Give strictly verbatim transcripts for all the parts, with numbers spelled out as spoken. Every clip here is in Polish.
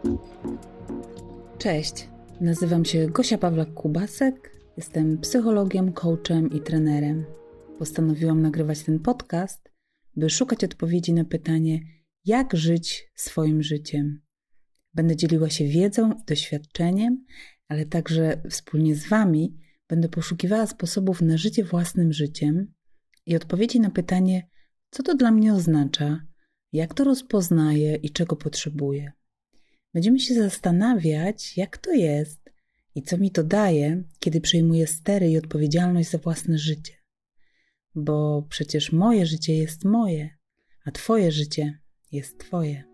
Cześć, nazywam się Gosia Pawlak-Kubasek, jestem psychologiem, coachem i trenerem. Postanowiłam nagrywać ten podcast, by szukać odpowiedzi na pytanie, jak żyć swoim życiem. Będę dzieliła się wiedzą i doświadczeniem, ale także wspólnie z Wami będę poszukiwała sposobów na życie własnym życiem i odpowiedzi na pytanie, co to dla mnie oznacza, jak to rozpoznaję i czego potrzebuję. Będziemy się zastanawiać, jak to jest i co mi to daje, kiedy przejmuję stery i odpowiedzialność za własne życie. Bo przecież moje życie jest moje, a Twoje życie jest Twoje.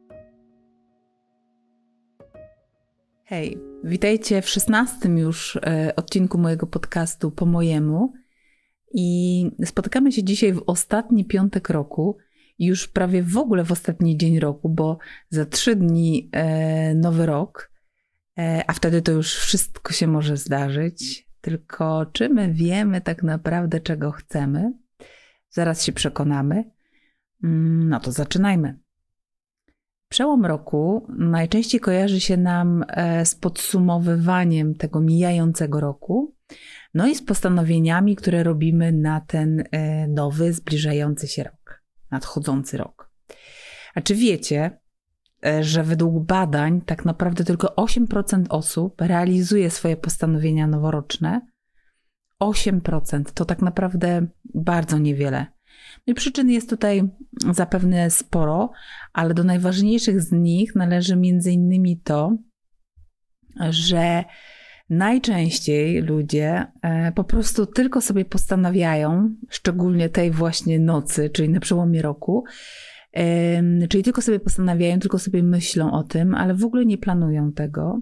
Hej, witajcie w szesnastym już odcinku mojego podcastu Po Mojemu i spotykamy się dzisiaj w ostatni piątek roku i już prawie w ogóle w ostatni dzień roku, bo za trzy dni e, nowy rok, e, a wtedy to już wszystko się może zdarzyć. Tylko czy my wiemy tak naprawdę, czego chcemy? Zaraz się przekonamy. No to zaczynajmy. Przełom roku najczęściej kojarzy się nam z podsumowywaniem tego mijającego roku, no i z postanowieniami, które robimy na ten nowy, zbliżający się rok, nadchodzący rok. A czy wiecie, że według badań tak naprawdę tylko osiem procent osób realizuje swoje postanowienia noworoczne? osiem procent to tak naprawdę bardzo niewiele. No i przyczyn jest tutaj zapewne sporo, ale do najważniejszych z nich należy między innymi to, że najczęściej ludzie po prostu tylko sobie postanawiają, szczególnie tej właśnie nocy, czyli na przełomie roku, czyli tylko sobie postanawiają, tylko sobie myślą o tym, ale w ogóle nie planują tego.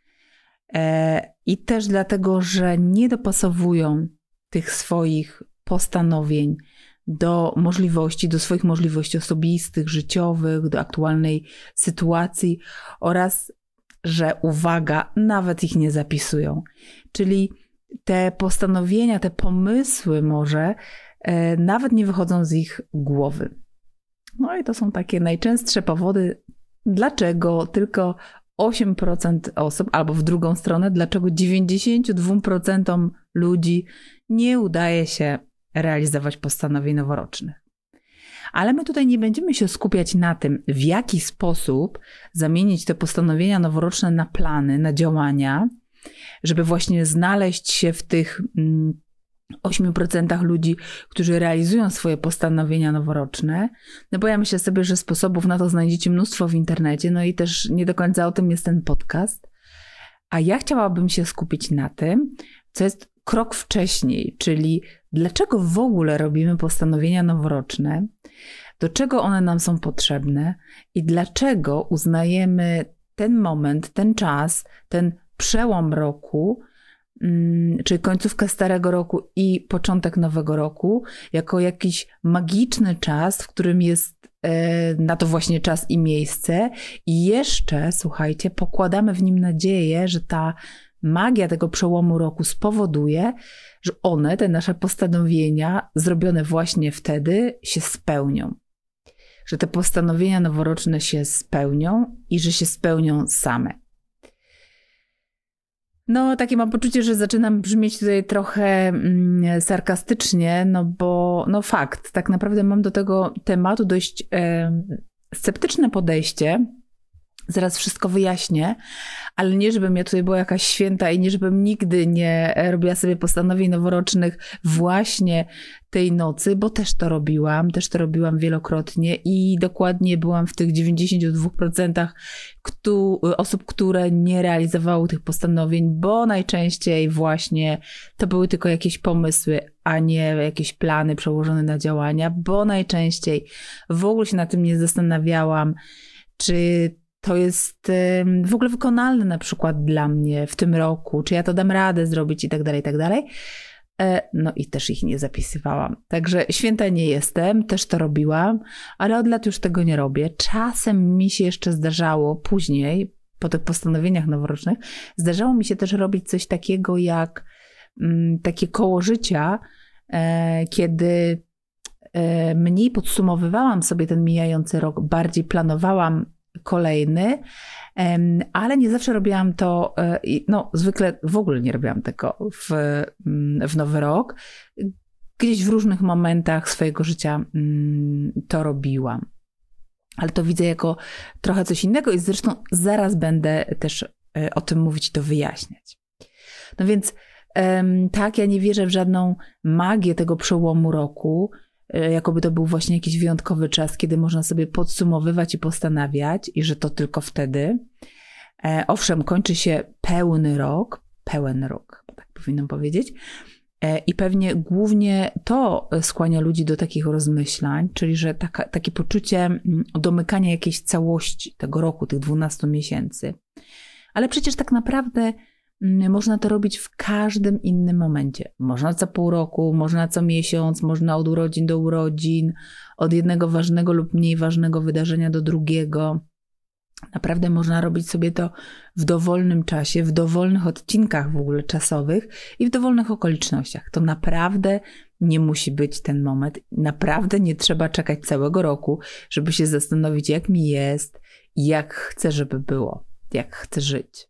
I też dlatego, że nie dopasowują tych swoich postanowień do możliwości, do swoich możliwości osobistych, życiowych, do aktualnej sytuacji oraz, że uwaga, nawet ich nie zapisują. Czyli te postanowienia, te pomysły może e, nawet nie wychodzą z ich głowy. No i to są takie najczęstsze powody, dlaczego tylko osiem procent osób, albo w drugą stronę, dlaczego dziewięćdziesiąt dwa procent ludzi nie udaje się realizować postanowień noworocznych. Ale my tutaj nie będziemy się skupiać na tym, w jaki sposób zamienić te postanowienia noworoczne na plany, na działania, żeby właśnie znaleźć się w tych ośmiu procentach ludzi, którzy realizują swoje postanowienia noworoczne. No bo ja myślę sobie, że sposobów na to znajdziecie mnóstwo w internecie, no i też nie do końca o tym jest ten podcast. A ja chciałabym się skupić na tym, co jest krok wcześniej, czyli dlaczego w ogóle robimy postanowienia noworoczne, do czego one nam są potrzebne i dlaczego uznajemy ten moment, ten czas, ten przełom roku, czyli końcówkę starego roku i początek nowego roku, jako jakiś magiczny czas, w którym jest na to właśnie czas i miejsce i jeszcze, słuchajcie, pokładamy w nim nadzieję, że ta magia tego przełomu roku spowoduje, że one, te nasze postanowienia zrobione właśnie wtedy się spełnią. Że te postanowienia noworoczne się spełnią i że się spełnią same. No, takie mam poczucie, że zaczynam brzmieć tutaj trochę mm, sarkastycznie, no bo no fakt, tak naprawdę mam do tego tematu dość e, sceptyczne podejście. Zaraz wszystko wyjaśnię, ale nie żebym ja tutaj była jakaś święta i nie żebym nigdy nie robiła sobie postanowień noworocznych właśnie tej nocy, bo też to robiłam, też to robiłam wielokrotnie i dokładnie byłam w tych dziewięćdziesięciu dwóch procentach osób, które nie realizowały tych postanowień, bo najczęściej właśnie to były tylko jakieś pomysły, a nie jakieś plany przełożone na działania, bo najczęściej w ogóle się na tym nie zastanawiałam, czy to jest w ogóle wykonalne na przykład dla mnie w tym roku, czy ja to dam radę zrobić i tak dalej, i tak dalej. No i też ich nie zapisywałam. Także święta nie jestem, też to robiłam, ale od lat już tego nie robię. Czasem mi się jeszcze zdarzało później, po tych postanowieniach noworocznych, zdarzało mi się też robić coś takiego jak mm, takie koło życia, e, kiedy e, mniej podsumowywałam sobie ten mijający rok, bardziej planowałam kolejny, ale nie zawsze robiłam to, no zwykle w ogóle nie robiłam tego w, w Nowy Rok. Gdzieś w różnych momentach swojego życia to robiłam. Ale to widzę jako trochę coś innego i zresztą zaraz będę też o tym mówić i to wyjaśniać. No więc tak, ja nie wierzę w żadną magię tego przełomu roku, jakoby to był właśnie jakiś wyjątkowy czas, kiedy można sobie podsumowywać i postanawiać i że to tylko wtedy. Owszem, kończy się pełny rok, pełen rok, tak powinnam powiedzieć, i pewnie głównie to skłania ludzi do takich rozmyślań, czyli że taka, takie poczucie domykania jakiejś całości tego roku, tych dwunastu miesięcy. Ale przecież tak naprawdę można to robić w każdym innym momencie. Można co pół roku, można co miesiąc, można od urodzin do urodzin, od jednego ważnego lub mniej ważnego wydarzenia do drugiego. Naprawdę można robić sobie to w dowolnym czasie, w dowolnych odcinkach w ogóle czasowych i w dowolnych okolicznościach. To naprawdę nie musi być ten moment. Naprawdę nie trzeba czekać całego roku, żeby się zastanowić, jak mi jest i jak chcę, żeby było, jak chcę żyć.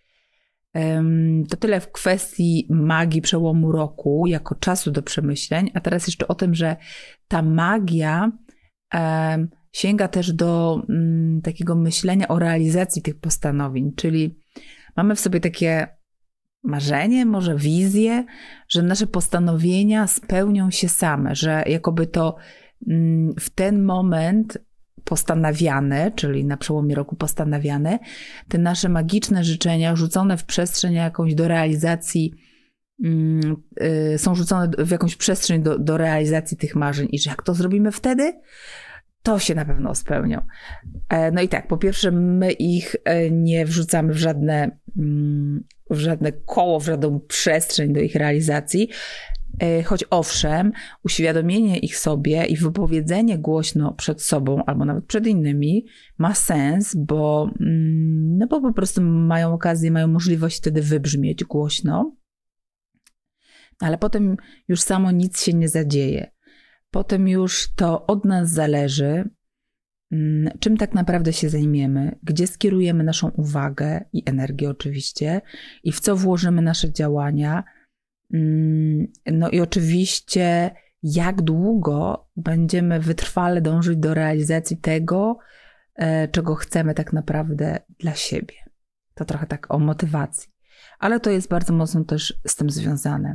To tyle w kwestii magii przełomu roku, jako czasu do przemyśleń, a teraz jeszcze o tym, że ta magia sięga też do mm, takiego myślenia o realizacji tych postanowień, czyli mamy w sobie takie marzenie, może wizję, że nasze postanowienia spełnią się same, że jakoby to mm, w ten moment postanawiane, czyli na przełomie roku postanawiane, te nasze magiczne życzenia rzucone w przestrzeń jakąś do realizacji, mm, y, są rzucone w jakąś przestrzeń do, do realizacji tych marzeń i że jak to zrobimy wtedy, to się na pewno spełnią. No i tak, po pierwsze my ich nie wrzucamy w żadne, w żadne koło, w żadną przestrzeń do ich realizacji, choć owszem, uświadomienie ich sobie i wypowiedzenie głośno przed sobą albo nawet przed innymi ma sens, bo, no bo po prostu mają okazję, mają możliwość wtedy wybrzmieć głośno, ale potem już samo nic się nie zadzieje. Potem już to od nas zależy, czym tak naprawdę się zajmiemy, gdzie skierujemy naszą uwagę i energię oczywiście i w co włożymy nasze działania. No i oczywiście jak długo będziemy wytrwale dążyć do realizacji tego, czego chcemy tak naprawdę dla siebie. To trochę tak o motywacji. Ale to jest bardzo mocno też z tym związane.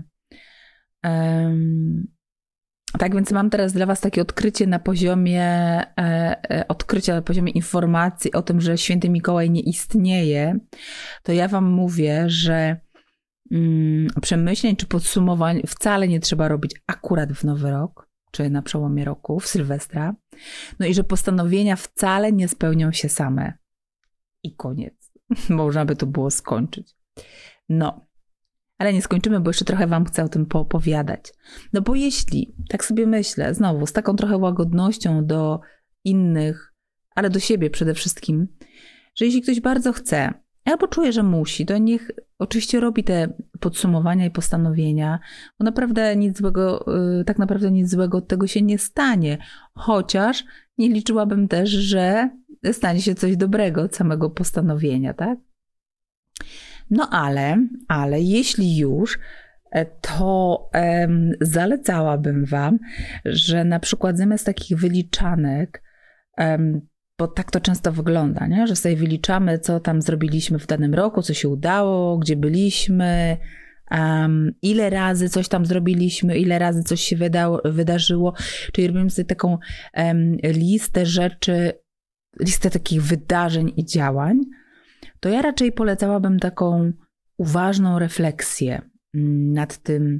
Um, Tak więc mam teraz dla was takie odkrycie na poziomie e, e, odkrycia na poziomie informacji o tym, że Święty Mikołaj nie istnieje. To ja wam mówię, że mm, przemyśleń czy podsumowań wcale nie trzeba robić akurat w Nowy Rok, czy na przełomie roku, w Sylwestra. No i że postanowienia wcale nie spełnią się same. I koniec. Można by to było skończyć. No. Ale nie skończymy, bo jeszcze trochę wam chcę o tym poopowiadać. No bo jeśli, tak sobie myślę, znowu z taką trochę łagodnością do innych, ale do siebie przede wszystkim, że jeśli ktoś bardzo chce, albo czuje, że musi, to niech oczywiście robi te podsumowania i postanowienia, bo naprawdę nic złego, tak naprawdę nic złego od tego się nie stanie. Chociaż nie liczyłabym też, że stanie się coś dobrego od samego postanowienia, tak? No ale, ale jeśli już, to um, zalecałabym wam, że na przykład zamiast takich wyliczanek, um, bo tak to często wygląda, nie? Że sobie wyliczamy, co tam zrobiliśmy w danym roku, co się udało, gdzie byliśmy, um, ile razy coś tam zrobiliśmy, ile razy coś się wydało, wydarzyło, czyli robimy sobie taką um, listę rzeczy, listę takich wydarzeń i działań. To ja raczej polecałabym taką uważną refleksję nad tym,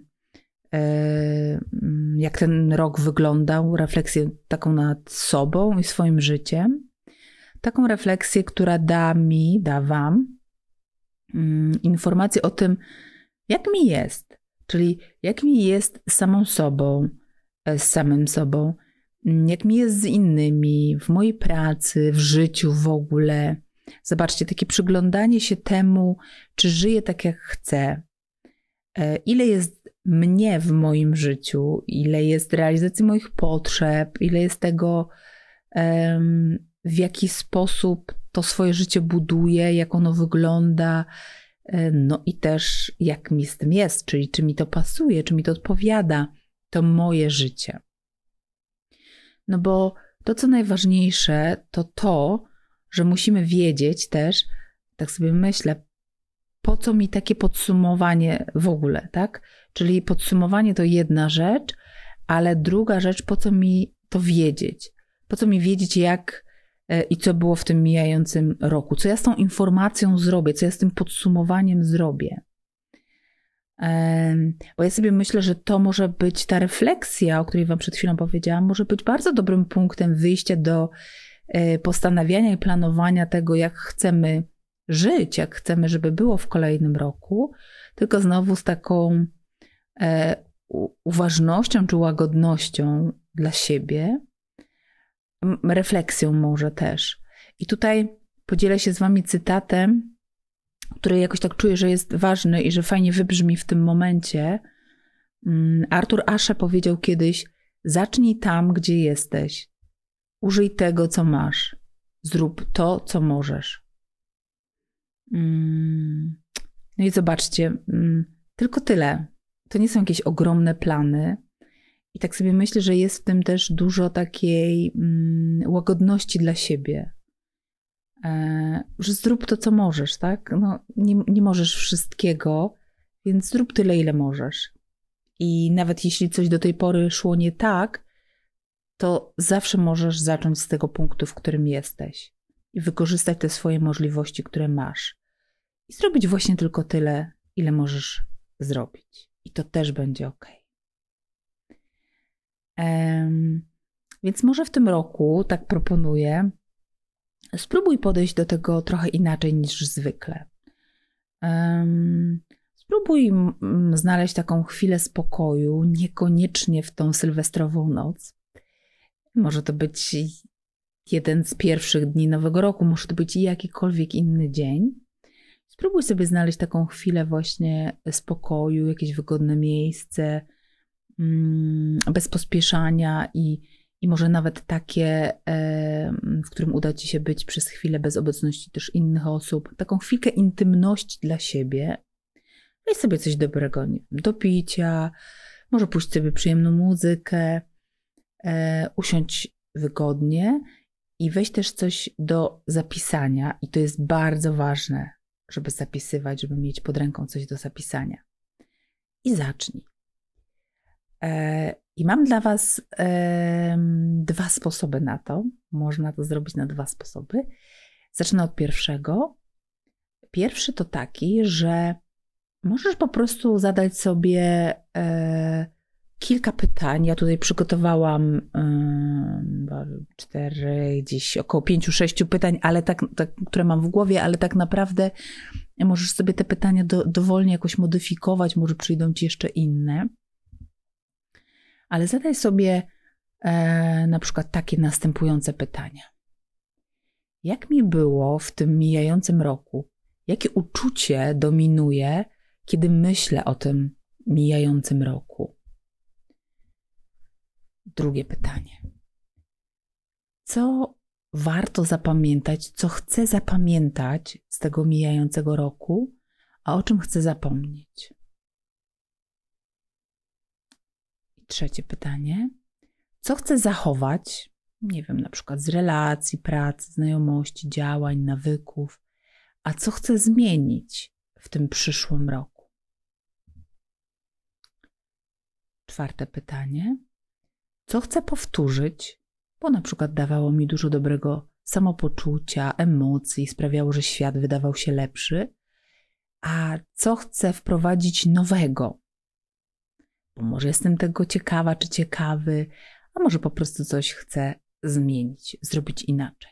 jak ten rok wyglądał, refleksję taką nad sobą i swoim życiem. Taką refleksję, która da mi, da wam informację o tym, jak mi jest, czyli jak mi jest z samą sobą, z samym sobą, jak mi jest z innymi, w mojej pracy, w życiu w ogóle. Zobaczcie, takie przyglądanie się temu, czy żyję tak, jak chcę, ile jest mnie w moim życiu, ile jest realizacji moich potrzeb, ile jest tego, um, w jaki sposób to swoje życie buduje, jak ono wygląda, no i też jak mi z tym jest, czyli czy mi to pasuje, czy mi to odpowiada, to moje życie. No bo to, co najważniejsze, to to, że musimy wiedzieć też, tak sobie myślę, po co mi takie podsumowanie w ogóle, tak? Czyli podsumowanie to jedna rzecz, ale druga rzecz, po co mi to wiedzieć? Po co mi wiedzieć, jak i co było w tym mijającym roku? Co ja z tą informacją zrobię? Co ja z tym podsumowaniem zrobię? Bo ja sobie myślę, że to może być ta refleksja, o której wam przed chwilą powiedziałam, może być bardzo dobrym punktem wyjścia do postanawiania i planowania tego, jak chcemy żyć, jak chcemy, żeby było w kolejnym roku, tylko znowu z taką uważnością czy łagodnością dla siebie, refleksją może też. I tutaj podzielę się z wami cytatem, który jakoś tak czuję, że jest ważny i że fajnie wybrzmi w tym momencie. Arthur Ashe powiedział kiedyś: zacznij tam, gdzie jesteś. Użyj tego, co masz. Zrób to, co możesz. No i zobaczcie, tylko tyle. To nie są jakieś ogromne plany. I tak sobie myślę, że jest w tym też dużo takiej mm, łagodności dla siebie. E, że zrób to, co możesz, tak? No, nie, nie możesz wszystkiego, więc zrób tyle, ile możesz. I nawet jeśli coś do tej pory szło nie tak, to zawsze możesz zacząć z tego punktu, w którym jesteś. I wykorzystać te swoje możliwości, które masz. I zrobić właśnie tylko tyle, ile możesz zrobić. I to też będzie ok. Um, więc może w tym roku, tak proponuję, spróbuj podejść do tego trochę inaczej niż zwykle. Um, spróbuj m- znaleźć taką chwilę spokoju, niekoniecznie w tą sylwestrową noc. Może to być jeden z pierwszych dni Nowego Roku, może to być jakikolwiek inny dzień. Spróbuj sobie znaleźć taką chwilę właśnie spokoju, jakieś wygodne miejsce, bez pospieszania i, i może nawet takie, w którym uda ci się być przez chwilę bez obecności też innych osób. Taką chwilkę intymności dla siebie. Weź sobie coś dobrego, nie wiem, do picia, może puść sobie przyjemną muzykę, usiądź wygodnie i weź też coś do zapisania. I to jest bardzo ważne, żeby zapisywać, żeby mieć pod ręką coś do zapisania. I zacznij. I mam dla was e, dwa sposoby na to. Można to zrobić na dwa sposoby. Zacznę od pierwszego. Pierwszy to taki, że możesz po prostu zadać sobie e, kilka pytań. Ja tutaj przygotowałam e, cztery, gdzieś około pięciu, sześciu pytań, ale tak, tak, które mam w głowie, ale tak naprawdę możesz sobie te pytania do, dowolnie jakoś modyfikować, może przyjdą ci jeszcze inne. Ale zadaj sobie e, na przykład takie następujące pytania. Jak mi było w tym mijającym roku? Jakie uczucie dominuje, kiedy myślę o tym mijającym roku? Drugie pytanie. Co warto zapamiętać, co chcę zapamiętać z tego mijającego roku, a o czym chcę zapomnieć? Trzecie pytanie. Co chcę zachować, nie wiem, na przykład z relacji, pracy, znajomości, działań, nawyków, a co chcę zmienić w tym przyszłym roku? Czwarte pytanie. Co chcę powtórzyć, bo na przykład dawało mi dużo dobrego samopoczucia, emocji, sprawiało, że świat wydawał się lepszy, a co chcę wprowadzić nowego? Bo może jestem tego ciekawa czy ciekawy, a może po prostu coś chcę zmienić, zrobić inaczej.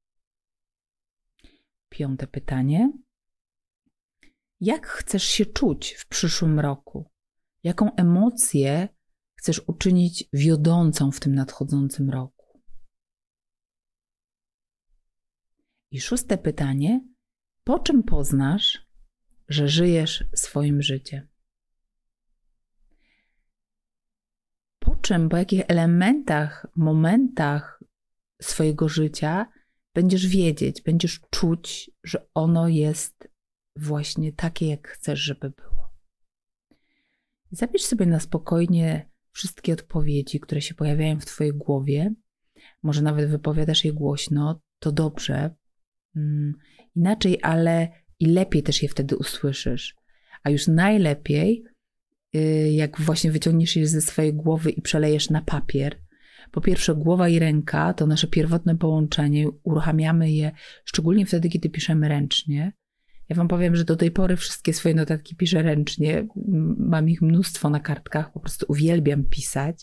Piąte pytanie. Jak chcesz się czuć w przyszłym roku? Jaką emocję chcesz uczynić wiodącą w tym nadchodzącym roku? I szóste pytanie. Po czym poznasz, że żyjesz swoim życiem? Po czym, po jakich elementach, momentach swojego życia będziesz wiedzieć, będziesz czuć, że ono jest właśnie takie, jak chcesz, żeby było. Zapisz sobie na spokojnie wszystkie odpowiedzi, które się pojawiają w twojej głowie. Może nawet wypowiadasz je głośno, to dobrze. Hmm, inaczej, ale i lepiej też je wtedy usłyszysz. A już najlepiej, jak właśnie wyciągniesz je ze swojej głowy i przelejesz na papier. Po pierwsze, głowa i ręka to nasze pierwotne połączenie. Uruchamiamy je szczególnie wtedy, kiedy piszemy ręcznie. Ja wam powiem, że do tej pory wszystkie swoje notatki piszę ręcznie. Mam ich mnóstwo na kartkach, po prostu uwielbiam pisać.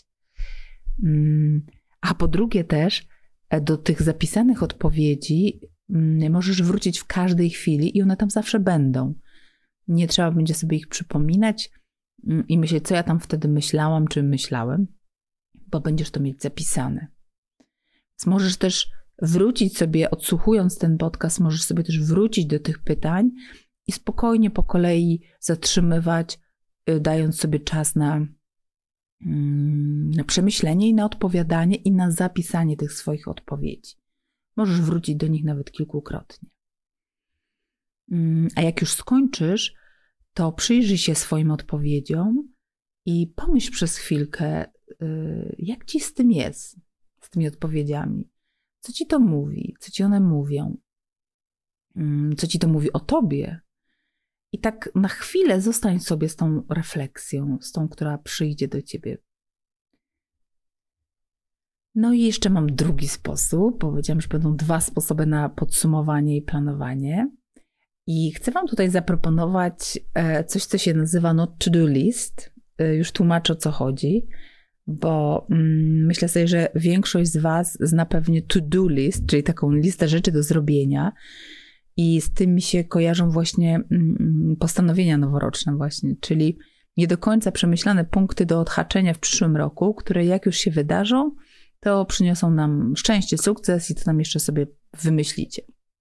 A po drugie też, do tych zapisanych odpowiedzi możesz wrócić w każdej chwili i one tam zawsze będą. Nie trzeba będzie sobie ich przypominać i myśleć, co ja tam wtedy myślałam, czy myślałem, bo będziesz to mieć zapisane. Więc możesz też wrócić sobie, odsłuchując ten podcast, możesz sobie też wrócić do tych pytań i spokojnie po kolei zatrzymywać, dając sobie czas na, na przemyślenie i na odpowiadanie i na zapisanie tych swoich odpowiedzi. Możesz wrócić do nich nawet kilkukrotnie. A jak już skończysz, to przyjrzyj się swoim odpowiedziom i pomyśl przez chwilkę, jak ci z tym jest, z tymi odpowiedziami. Co ci to mówi? Co ci one mówią? Co ci to mówi o tobie? I tak na chwilę zostań sobie z tą refleksją, z tą, która przyjdzie do ciebie. No i jeszcze mam drugi sposób. Powiedziałam, że będą dwa sposoby na podsumowanie i planowanie. I chcę wam tutaj zaproponować coś, co się nazywa not to do list. Już tłumaczę, o co chodzi, bo mm, myślę sobie, że większość z was zna pewnie to do list, czyli taką listę rzeczy do zrobienia i z tym mi się kojarzą właśnie mm, postanowienia noworoczne właśnie, czyli nie do końca przemyślane punkty do odhaczenia w przyszłym roku, które jak już się wydarzą, to przyniosą nam szczęście, sukces i to nam jeszcze sobie wymyślicie.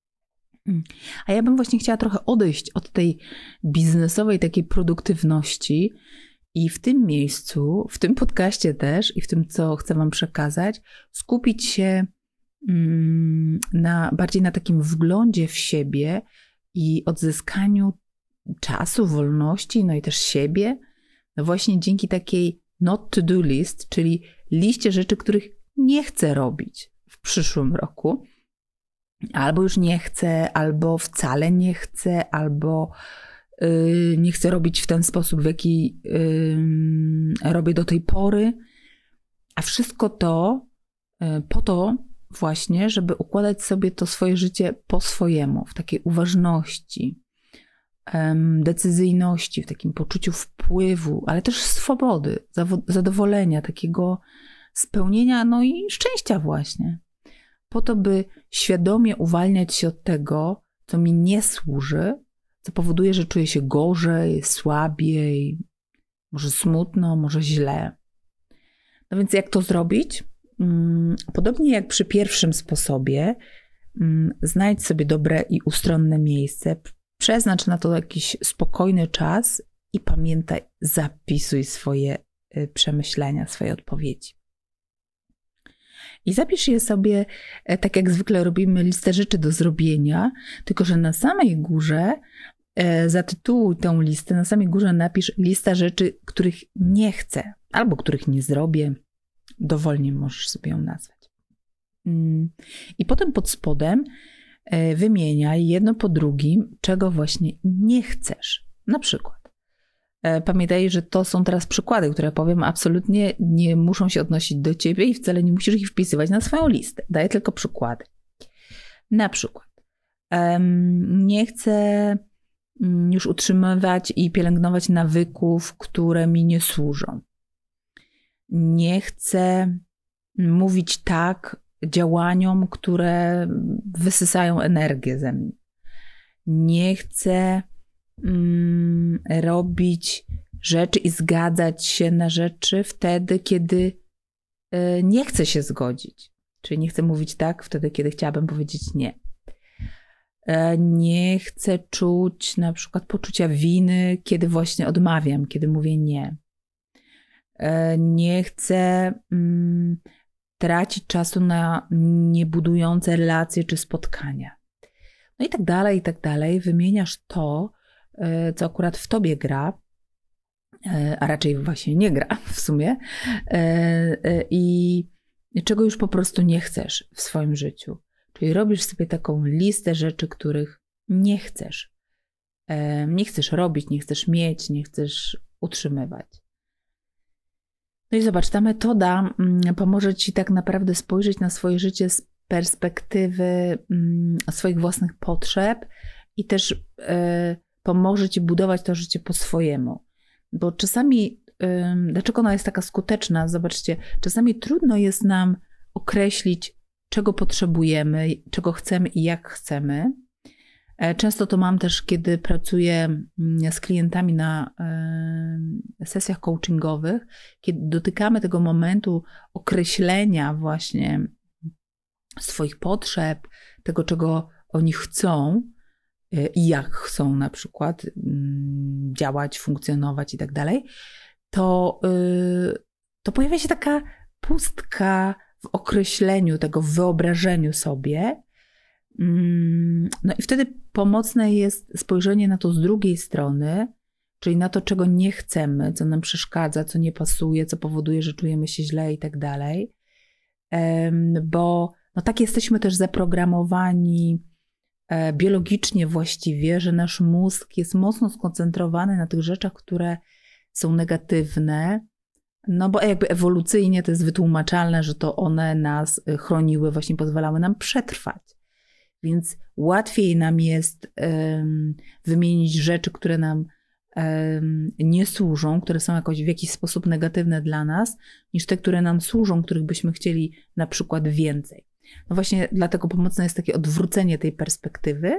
A ja bym właśnie chciała trochę odejść od tej biznesowej takiej produktywności i w tym miejscu, w tym podcaście też i w tym, co chcę wam przekazać, skupić się na, bardziej na takim wglądzie w siebie i odzyskaniu czasu, wolności, no i też siebie, no właśnie dzięki takiej not to do list, czyli liście rzeczy, których nie chcę robić w przyszłym roku, albo już nie chcę, albo wcale nie chcę, albo yy, nie chcę robić w ten sposób, w jaki yy, robię do tej pory. A wszystko to yy, po to właśnie, żeby układać sobie to swoje życie po swojemu, w takiej uważności, yy, decyzyjności, w takim poczuciu wpływu, ale też swobody, zadowolenia, takiego spełnienia, no i szczęścia właśnie. Po to, by świadomie uwalniać się od tego, co mi nie służy, co powoduje, że czuję się gorzej, słabiej, może smutno, może źle. No więc jak to zrobić? Podobnie jak przy pierwszym sposobie, znajdź sobie dobre i ustronne miejsce, przeznacz na to jakiś spokojny czas i pamiętaj, zapisuj swoje przemyślenia, swoje odpowiedzi. I zapisz je sobie, tak jak zwykle robimy listę rzeczy do zrobienia, tylko że na samej górze zatytułuj tę listę, na samej górze napisz lista rzeczy, których nie chcę, albo których nie zrobię. Dowolnie możesz sobie ją nazwać. I potem pod spodem wymieniaj jedno po drugim, czego właśnie nie chcesz. Na przykład. Pamiętaj, że to są teraz przykłady, które powiem, absolutnie nie muszą się odnosić do ciebie i wcale nie musisz ich wpisywać na swoją listę. Daję tylko przykłady. Na przykład um, nie chcę już utrzymywać i pielęgnować nawyków, które mi nie służą. Nie chcę mówić tak działaniom, które wysysają energię ze mnie. Nie chcę robić rzeczy i zgadzać się na rzeczy wtedy, kiedy nie chcę się zgodzić. Czyli nie chcę mówić tak wtedy, kiedy chciałabym powiedzieć nie. Nie chcę czuć na przykład poczucia winy, kiedy właśnie odmawiam, kiedy mówię nie. Nie chcę tracić czasu na niebudujące relacje czy spotkania. No i tak dalej, i tak dalej. Wymieniasz to, co akurat w tobie gra, a raczej właśnie nie gra w sumie, i czego już po prostu nie chcesz w swoim życiu. Czyli robisz sobie taką listę rzeczy, których nie chcesz. Nie chcesz robić, nie chcesz mieć, nie chcesz utrzymywać. No i zobacz, ta metoda pomoże ci tak naprawdę spojrzeć na swoje życie z perspektywy swoich własnych potrzeb i też pomoże ci budować to życie po swojemu. Bo czasami, dlaczego ona jest taka skuteczna? Zobaczcie, czasami trudno jest nam określić, czego potrzebujemy, czego chcemy i jak chcemy. Często to mam też, kiedy pracuję z klientami na sesjach coachingowych, kiedy dotykamy tego momentu określenia właśnie swoich potrzeb, tego, czego oni chcą i jak chcą na przykład działać, funkcjonować i tak dalej, to, to pojawia się taka pustka w określeniu tego, w wyobrażeniu sobie. No i wtedy pomocne jest spojrzenie na to z drugiej strony, czyli na to, czego nie chcemy, co nam przeszkadza, co nie pasuje, co powoduje, że czujemy się źle i tak dalej. Bo no tak jesteśmy też zaprogramowani biologicznie właściwie, że nasz mózg jest mocno skoncentrowany na tych rzeczach, które są negatywne, no bo jakby ewolucyjnie to jest wytłumaczalne, że to one nas chroniły, właśnie pozwalały nam przetrwać. Więc łatwiej nam jest um, wymienić rzeczy, które nam um, nie służą, które są jakoś w jakiś sposób negatywne dla nas, niż te, które nam służą, których byśmy chcieli na przykład więcej. No właśnie dlatego pomocne jest takie odwrócenie tej perspektywy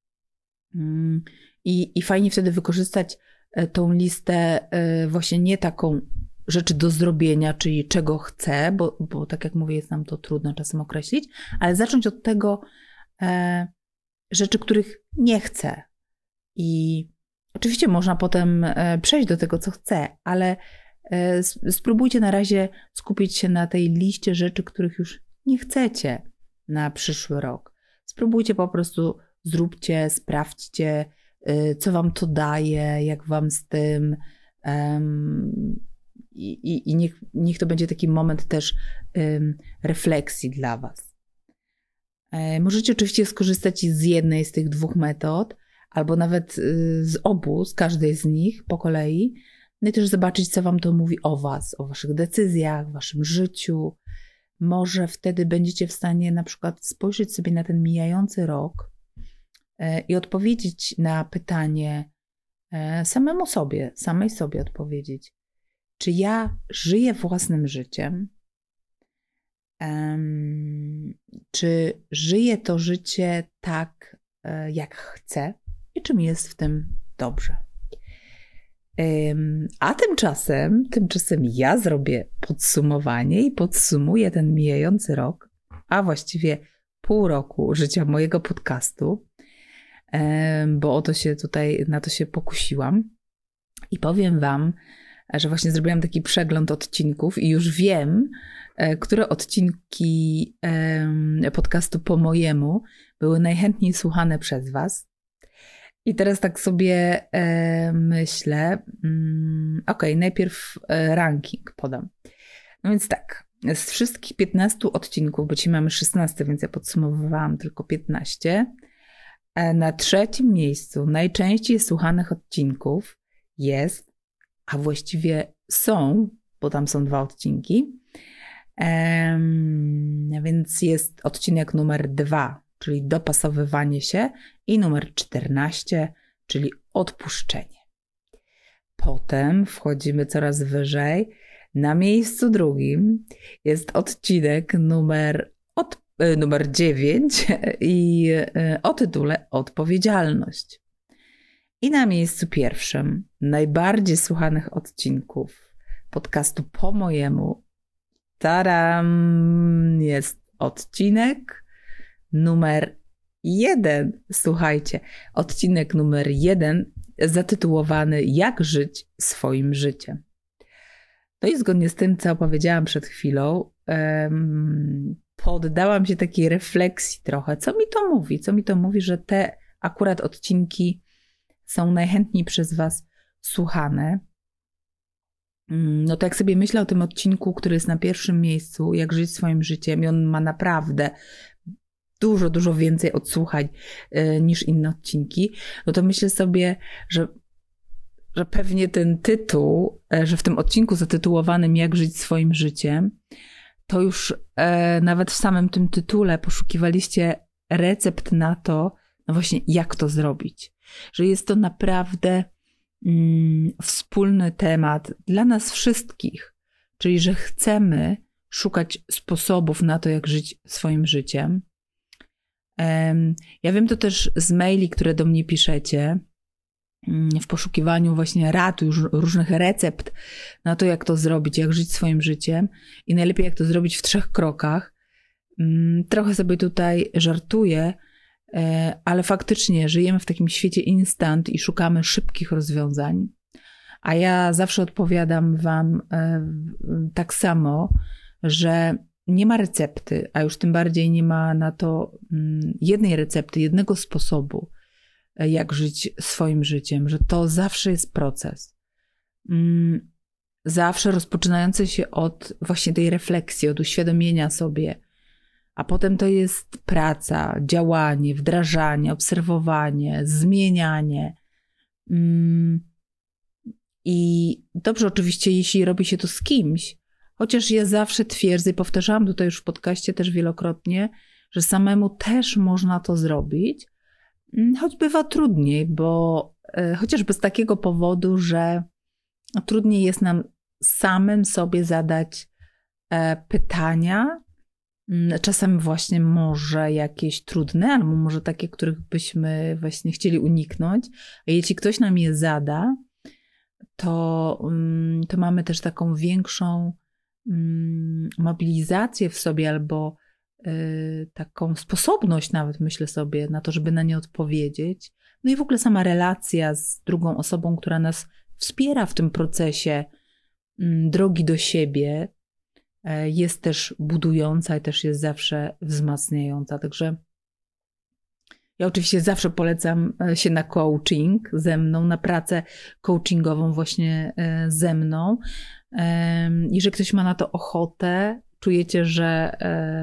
um, i, i fajnie wtedy wykorzystać tą listę um, właśnie nie taką rzeczy do zrobienia, czyli czego chcę, bo, bo tak jak mówię, jest nam to trudno czasem określić, ale zacząć od tego, rzeczy, których nie chcę. I oczywiście można potem przejść do tego, co chcę, ale spróbujcie na razie skupić się na tej liście rzeczy, których już nie chcecie na przyszły rok. Spróbujcie po prostu, zróbcie, sprawdźcie, co wam to daje, jak wam z tym i, i, i niech, niech to będzie taki moment też refleksji dla was. Możecie oczywiście skorzystać z jednej z tych dwóch metod, albo nawet z obu, z każdej z nich po kolei, no i też zobaczyć, co wam to mówi o was, o waszych decyzjach, waszym życiu. Może wtedy będziecie w stanie na przykład spojrzeć sobie na ten mijający rok i odpowiedzieć na pytanie samemu sobie, samej sobie odpowiedzieć, czy ja żyję własnym życiem, Um, czy żyję to życie tak, jak chcę i czy mi jest w tym dobrze. Um, a tymczasem, tymczasem ja zrobię podsumowanie i podsumuję ten mijający rok, a właściwie pół roku życia mojego podcastu, um, bo o to się tutaj, na to się pokusiłam i powiem wam, że właśnie zrobiłam taki przegląd odcinków i już wiem, które odcinki podcastu po mojemu były najchętniej słuchane przez was. I teraz tak sobie myślę, ok, najpierw ranking podam. No więc tak, z wszystkich piętnastu odcinków, bo dzisiaj mamy szesnaście, więc ja podsumowywałam tylko piętnaście, na trzecim miejscu najczęściej słuchanych odcinków jest, a właściwie są, bo tam są dwa odcinki, Um, więc jest odcinek numer dwa, czyli dopasowywanie się, i numer czternaście, czyli odpuszczenie. Potem wchodzimy coraz wyżej. Na miejscu drugim jest odcinek numer, od, numer dziewięć i o tytule Odpowiedzialność. I na miejscu pierwszym najbardziej słuchanych odcinków podcastu po mojemu Taram! Jest odcinek numer jeden. Słuchajcie, odcinek numer jeden zatytułowany Jak żyć swoim życiem. No i zgodnie z tym, co opowiedziałam przed chwilą, um, poddałam się takiej refleksji trochę. Co mi to mówi? Co mi to mówi, że te akurat odcinki są najchętniej przez was słuchane. No to jak sobie myślę o tym odcinku, który jest na pierwszym miejscu, jak żyć swoim życiem, i on ma naprawdę dużo, dużo więcej odsłuchań y, niż inne odcinki, no to myślę sobie, że, że pewnie ten tytuł, y, że w tym odcinku zatytułowanym Jak żyć swoim życiem, to już y, nawet w samym tym tytule poszukiwaliście recept na to, no właśnie jak to zrobić. Że jest to naprawdę mm, wspólny temat dla nas wszystkich, czyli że chcemy szukać sposobów na to, jak żyć swoim życiem. Ja wiem to też z maili, które do mnie piszecie, w poszukiwaniu właśnie rad, już różnych recept na to, jak to zrobić, jak żyć swoim życiem i najlepiej jak to zrobić w trzech krokach. Trochę sobie tutaj żartuję, ale faktycznie żyjemy w takim świecie instant i szukamy szybkich rozwiązań. A ja zawsze odpowiadam wam tak samo, że nie ma recepty, a już tym bardziej nie ma na to jednej recepty, jednego sposobu, jak żyć swoim życiem, że to zawsze jest proces. Zawsze rozpoczynający się od właśnie tej refleksji, od uświadomienia sobie, a potem to jest praca, działanie, wdrażanie, obserwowanie, zmienianie. I dobrze oczywiście, jeśli robi się to z kimś, chociaż ja zawsze twierdzę i powtarzałam tutaj już w podcaście też wielokrotnie, że samemu też można to zrobić, choć bywa trudniej, bo chociażby z takiego powodu, że trudniej jest nam samym sobie zadać pytania, czasem właśnie może jakieś trudne, albo może takie, których byśmy właśnie chcieli uniknąć, a jeśli ktoś nam je zada, to, to mamy też taką większą mobilizację w sobie albo y, taką sposobność nawet, myślę sobie, na to, żeby na nie odpowiedzieć. No i w ogóle sama relacja z drugą osobą, która nas wspiera w tym procesie y, drogi do siebie, y, jest też budująca i też jest zawsze wzmacniająca. Także ja oczywiście zawsze polecam się na coaching ze mną, na pracę coachingową właśnie y, ze mną. Jeżeli ktoś ma na to ochotę, czujecie, że,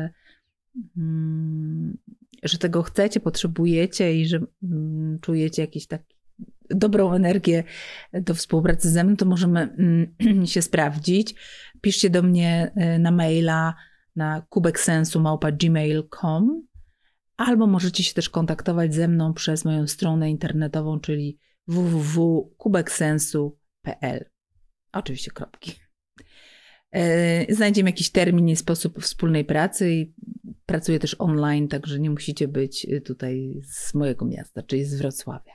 że tego chcecie, potrzebujecie i że czujecie jakąś tak dobrą energię do współpracy ze mną, to możemy się sprawdzić. Piszcie do mnie na maila na kubeksensu małpa gmail kropka com albo możecie się też kontaktować ze mną przez moją stronę internetową, czyli w w w kropka kubeksensu kropka p l. Oczywiście kropki. Znajdziemy jakiś termin i sposób wspólnej pracy i pracuję też online, także nie musicie być tutaj z mojego miasta, czyli z Wrocławia.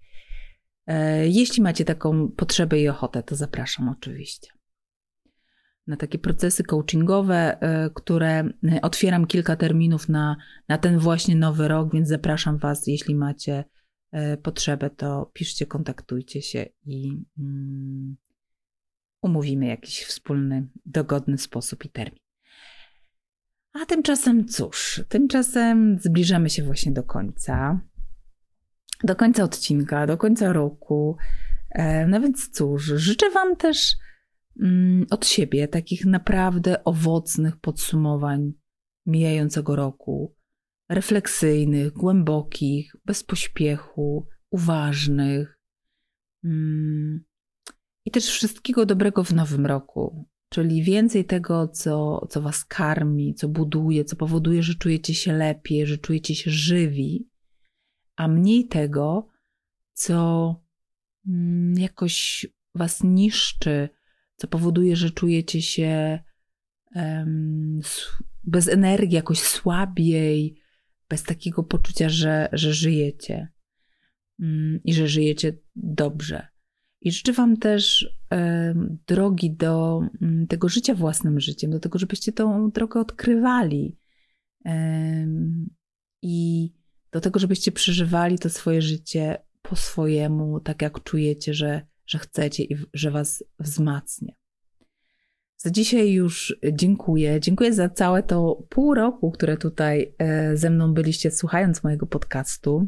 Jeśli macie taką potrzebę i ochotę, to zapraszam oczywiście na takie procesy coachingowe, które otwieram kilka terminów na, na ten właśnie nowy rok, więc zapraszam was, jeśli macie potrzebę, to piszcie, kontaktujcie się i mm, umówimy jakiś wspólny, dogodny sposób i termin. A tymczasem cóż, tymczasem zbliżamy się właśnie do końca. Do końca odcinka, do końca roku. No więc cóż, życzę wam też mm, od siebie takich naprawdę owocnych podsumowań mijającego roku. Refleksyjnych, głębokich, bez pośpiechu, uważnych. Mm, I też wszystkiego dobrego w nowym roku, czyli więcej tego, co, co was karmi, co buduje, co powoduje, że czujecie się lepiej, że czujecie się żywi, a mniej tego, co mm, jakoś was niszczy, co powoduje, że czujecie się um, bez energii, jakoś słabiej, bez takiego poczucia, że, że żyjecie um, i że żyjecie dobrze. I życzę wam też e, drogi do m, tego życia własnym życiem, do tego, żebyście tą drogę odkrywali e, i do tego, żebyście przeżywali to swoje życie po swojemu, tak jak czujecie, że, że chcecie i w, że was wzmacnia. Za dzisiaj już dziękuję. Dziękuję za całe to pół roku, które tutaj ze mną byliście, słuchając mojego podcastu.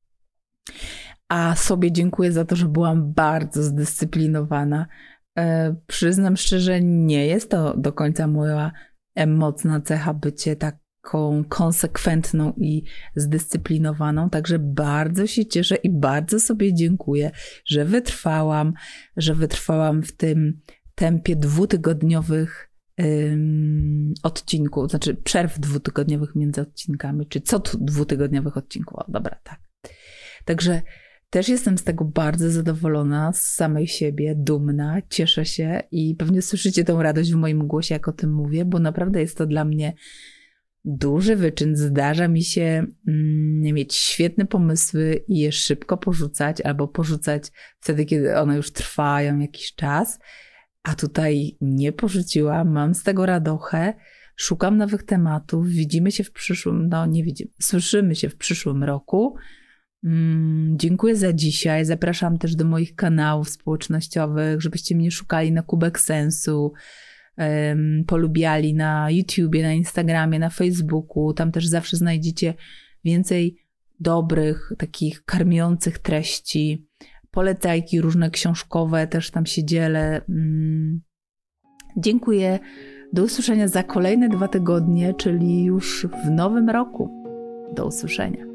A sobie dziękuję za to, że byłam bardzo zdyscyplinowana. Przyznam szczerze, nie jest to do końca moja mocna cecha bycie taką konsekwentną i zdyscyplinowaną, także bardzo się cieszę i bardzo sobie dziękuję, że wytrwałam, że wytrwałam w tym tempie dwutygodniowych ym, odcinków, znaczy przerw dwutygodniowych między odcinkami, czy co tu dwutygodniowych odcinków, o dobra, tak. Także też jestem z tego bardzo zadowolona, z samej siebie, dumna, cieszę się i pewnie słyszycie tą radość w moim głosie, jak o tym mówię, bo naprawdę jest to dla mnie duży wyczyn. Zdarza mi się mm, mieć świetne pomysły i je szybko porzucać, albo porzucać wtedy, kiedy one już trwają jakiś czas, a tutaj nie porzuciłam, mam z tego radochę, szukam nowych tematów, widzimy się w przyszłym, no nie widzimy, słyszymy się w przyszłym roku. Dziękuję za dzisiaj. Zapraszam też do moich kanałów społecznościowych, żebyście mnie szukali na Kubek Sensu, um, polubiali na YouTubie, na Instagramie, na Facebooku. Tam też zawsze znajdziecie więcej dobrych, takich karmiących treści. Polecajki różne książkowe, też tam się dzielę. Um, dziękuję. Do usłyszenia za kolejne dwa tygodnie, czyli już w nowym roku. Do usłyszenia.